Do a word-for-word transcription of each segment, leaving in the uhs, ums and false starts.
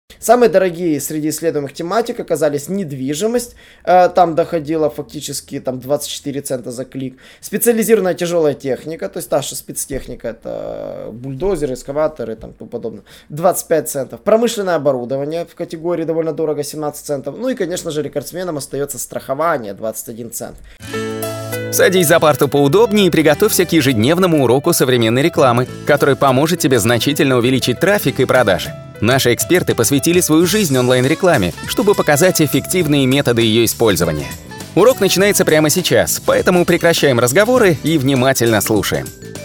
Самые дорогие среди исследуемых тематик оказались недвижимость, э, там доходило фактически там, двадцать четыре цента за клик, специализированная тяжелая техника, то есть та же спецтехника, это бульдозеры, эскаваторы и тому подобное, двадцать пять центов, промышленное оборудование в категории довольно дорого, семнадцать центов, ну и конечно же рекордсменом остается страхование, двадцать один цент. Садись за парту поудобнее и приготовься к ежедневному уроку современной рекламы, который поможет тебе значительно увеличить трафик и продажи. Наши эксперты посвятили свою жизнь онлайн-рекламе, чтобы показать эффективные методы ее использования. Урок начинается прямо сейчас, поэтому прекращаем разговоры и внимательно слушаем.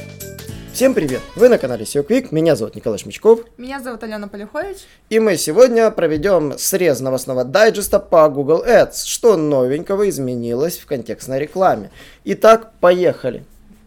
Всем привет! Вы на канале эс и о Quick, меня зовут Николай Шмичков. Меня зовут Алена Полюхович. И мы сегодня проведем срез новостного дайджеста по Google Ads, что новенького изменилось в контекстной рекламе. Итак, поехали!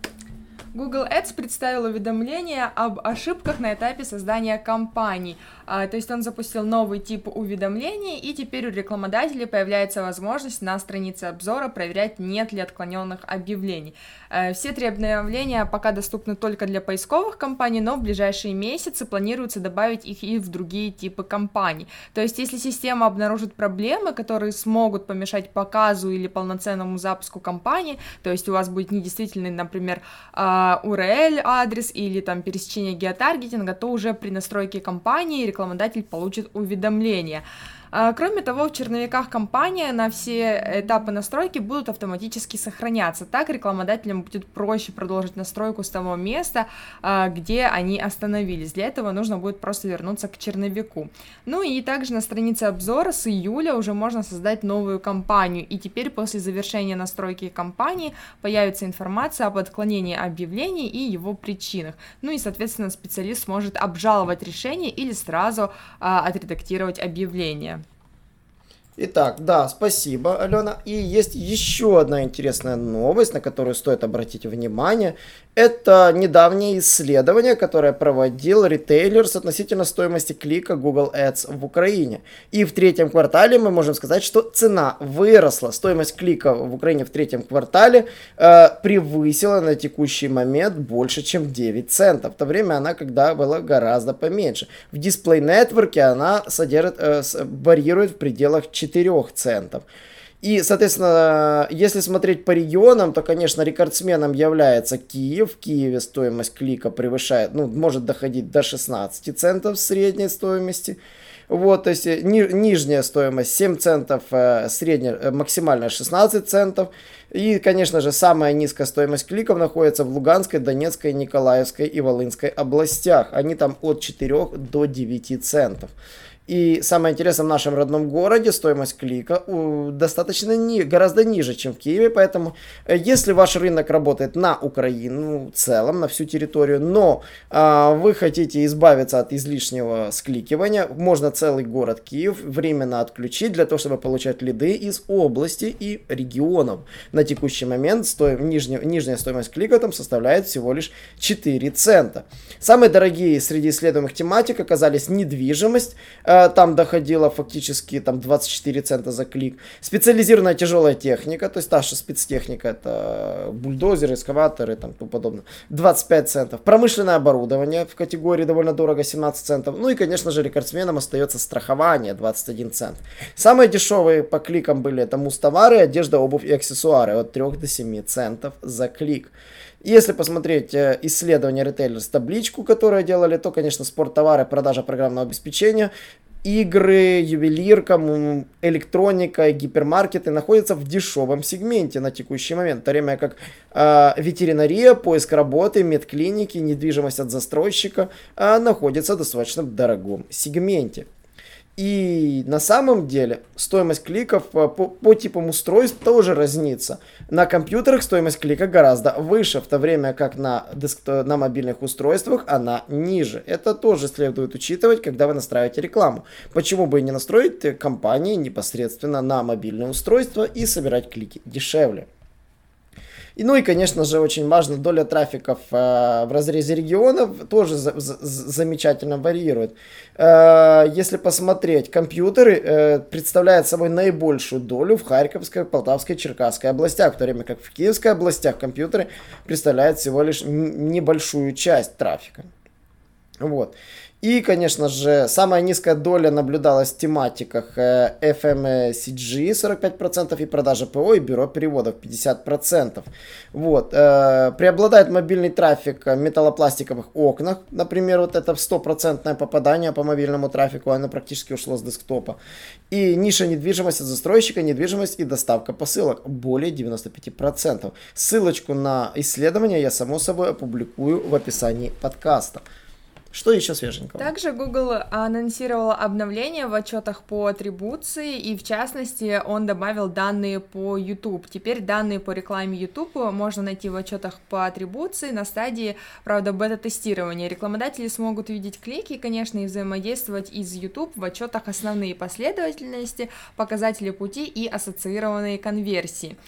Google Ads представил уведомления об ошибках на этапе создания кампаний. А, то есть он запустил новый тип уведомлений, и теперь у рекламодателей появляется возможность на странице обзора проверять, нет ли отклоненных объявлений. А, все три обновления пока доступны только для поисковых кампаний, но в ближайшие месяцы планируется добавить их и в другие типы кампаний. То есть если система обнаружит проблемы, которые смогут помешать показу или полноценному запуску кампании, то есть у вас будет недействительный, например, ю ар эл адрес или там пересечение геотаргетинга, то уже при настройке кампании рекламодатель получит уведомление. Кроме того, в черновиках кампании на все этапы настройки будут автоматически сохраняться. Так рекламодателям будет проще продолжить настройку с того места, где они остановились. Для этого нужно будет просто вернуться к черновику. Ну и также на странице обзора с июля уже можно создать новую кампанию. И теперь после завершения настройки кампании появится информация об отклонении объявлений и его причинах. Ну и, соответственно, специалист сможет обжаловать решение или сразу а, отредактировать объявление. Итак, да, спасибо, Алена. И есть еще одна интересная новость, на которую стоит обратить внимание. Это недавнее исследование, которое проводил Retailers относительно стоимости клика Google Ads в Украине. И в третьем квартале мы можем сказать, что цена выросла. Стоимость клика в Украине в третьем квартале э, превысила на текущий момент больше, чем девять центов. В то время она когда была гораздо поменьше. В Display Network она содержит, э, варьирует в пределах четырёх центов. И, соответственно, если смотреть по регионам, то, конечно, рекордсменом является Киев. В Киеве стоимость клика превышает, ну, может доходить до шестнадцати центов средней стоимости. Вот, то есть ни, нижняя стоимость семь центов, э, средняя, э, максимальная шестнадцать центов. И, конечно же, самая низкая стоимость кликов находится в Луганской, Донецкой, Николаевской и Волынской областях. Они там от четырёх до девяти центов. И самое интересное, в нашем родном городе стоимость клика достаточно ни, гораздо ниже, чем в Киеве, поэтому если ваш рынок работает на Украину в целом, на всю территорию, но а, вы хотите избавиться от излишнего скликивания, можно целый город Киев временно отключить для того, чтобы получать лиды из области и регионов. На текущий момент стоим, нижняя, нижняя стоимость клика там составляет всего лишь четыре цента. Самые дорогие среди исследуемых тематик оказались недвижимость, там доходило фактически там, двадцать четыре цента за клик. Специализированная тяжелая техника, то есть та же спецтехника, это бульдозеры, эскаваторы и тому подобное, двадцать пять центов. Промышленное оборудование в категории довольно дорого, семнадцать центов. Ну и, конечно же, рекордсменом остается страхование, двадцать один цент. Самые дешевые по кликам были это муз-товары, одежда, обувь и аксессуары от трёх до семи центов за клик. Если посмотреть э, исследование Retailers, табличку, которую делали, то, конечно, спорттовары, продажа программного обеспечения, игры, ювелирка, электроника, гипермаркеты находятся в дешевом сегменте на текущий момент, в то время как э, ветеринария, поиск работы, медклиники, недвижимость от застройщика э, находятся в достаточно дорогом сегменте. И на самом деле стоимость кликов по, по типам устройств тоже разнится. На компьютерах стоимость клика гораздо выше, в то время как на, десктоп, на мобильных устройствах она ниже. Это тоже следует учитывать, когда вы настраиваете рекламу. Почему бы и не настроить кампании непосредственно на мобильное устройство и собирать клики дешевле. И, ну и, конечно же, очень важно, доля трафиков э, в разрезе регионов тоже за, за, замечательно варьирует. Э, если посмотреть, компьютеры э, представляют собой наибольшую долю в Харьковской, Полтавской, Черкасской областях, в то время как в Киевской областях компьютеры представляют всего лишь небольшую часть трафика. Вот. И, конечно же, самая низкая доля наблюдалась в тематиках эф эм си джи сорок пять процентов и продажи ПО и бюро переводов пятьдесят процентов. Вот. Преобладает мобильный трафик в металлопластиковых окнах. Например, вот это стопроцентное попадание по мобильному трафику, оно практически ушло с десктопа. И ниша недвижимость от застройщика, недвижимость и доставка посылок более девяносто пять процентов. Ссылочку на исследование я, само собой, опубликую в описании подкаста. Что еще свеженького? Также Google анонсировал обновление в отчетах по атрибуции, и в частности он добавил данные по YouTube. Теперь данные по рекламе YouTube можно найти в отчетах по атрибуции на стадии, правда, бета-тестирования. Рекламодатели смогут видеть клики, конечно, и взаимодействовать из YouTube в отчетах основные последовательности, показатели пути и ассоциированные конверсии.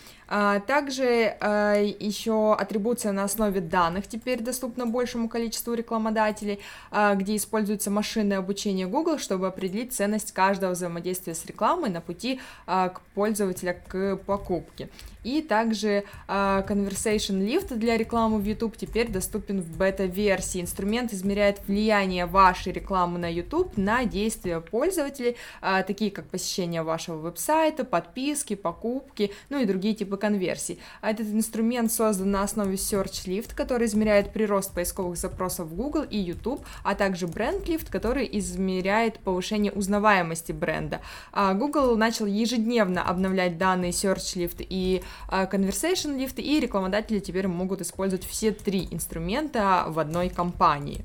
Также а, еще атрибуция на основе данных теперь доступна большему количеству рекламодателей, а, где используется машинное обучение Google, чтобы определить ценность каждого взаимодействия с рекламой на пути а, к пользователя к покупке. И также uh, Conversation Lift для рекламы в YouTube теперь доступен в бета-версии. Инструмент измеряет влияние вашей рекламы на YouTube на действия пользователей, uh, такие как посещение вашего веб-сайта, подписки, покупки, ну и другие типы конверсий. Этот инструмент создан на основе Search Lift, который измеряет прирост поисковых запросов в Google и YouTube, а также Brand Lift, который измеряет повышение узнаваемости бренда. Uh, Google начал ежедневно обновлять данные Search Lift и Conversation Lift, и рекламодатели теперь могут использовать все три инструмента в одной кампании.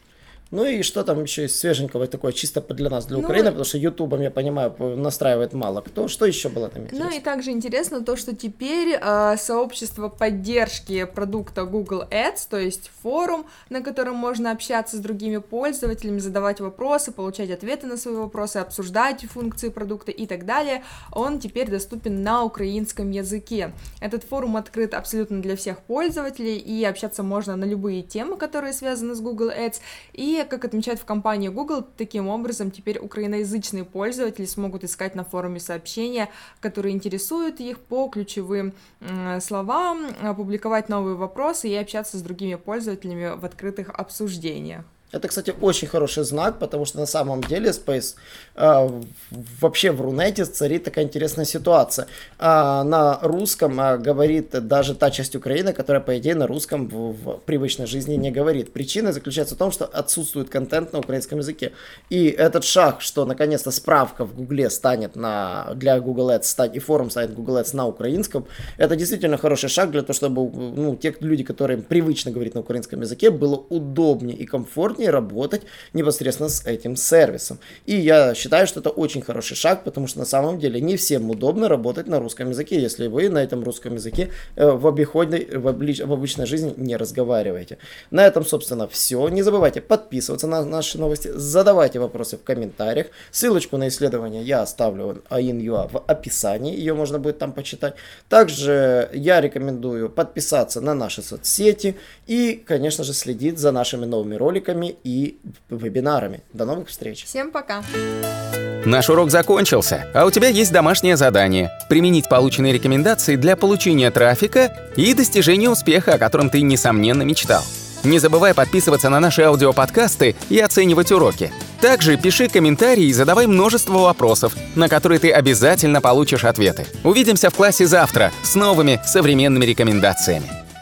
Ну и что там еще из свеженького такое, чисто для нас, для ну, Украины, потому что ютубом, я понимаю, настраивает мало кто. Что еще было там интересно? Ну и также интересно то, что теперь э, сообщество поддержки продукта Google Ads, то есть форум, на котором можно общаться с другими пользователями, задавать вопросы, получать ответы на свои вопросы, обсуждать функции продукта и так далее, он теперь доступен на украинском языке. Этот форум открыт абсолютно для всех пользователей, и общаться можно на любые темы, которые связаны с Google Ads, и как отмечают в компании Google, таким образом теперь украиноязычные пользователи смогут искать на форуме сообщения, которые интересуют их по ключевым э, словам, публиковать новые вопросы и общаться с другими пользователями в открытых обсуждениях. Это, кстати, очень хороший знак, потому что на самом деле Space э, вообще в Рунете царит такая интересная ситуация. Э, на русском э, говорит даже та часть Украины, которая, по идее, на русском в, в привычной жизни не говорит. Причина заключается в том, что отсутствует контент на украинском языке. И этот шаг, что наконец-то справка в Гугле станет на, для Google Ads, стать, и форум станет Google Ads на украинском, это действительно хороший шаг для того, чтобы ну, те люди, которые привычно говорят на украинском языке, было удобнее и комфортнее работать непосредственно с этим сервисом. И я считаю, что это очень хороший шаг, потому что на самом деле не всем удобно работать на русском языке, если вы на этом русском языке в обиходной, в, облич, в обычной жизни не разговариваете. На этом, собственно, все. Не забывайте подписываться на наши новости, задавайте вопросы в комментариях. Ссылочку на исследование я оставлю АИН.ua в описании, ее можно будет там почитать. Также я рекомендую подписаться на наши соцсети и, конечно же, следить за нашими новыми роликами и вебинарами. До новых встреч. Всем пока. Наш урок закончился, а у тебя есть домашнее задание – применить полученные рекомендации для получения трафика и достижения успеха, о котором ты, несомненно, мечтал. Не забывай подписываться на наши аудиоподкасты и оценивать уроки. Также пиши комментарии и задавай множество вопросов, на которые ты обязательно получишь ответы. Увидимся в классе завтра с новыми современными рекомендациями.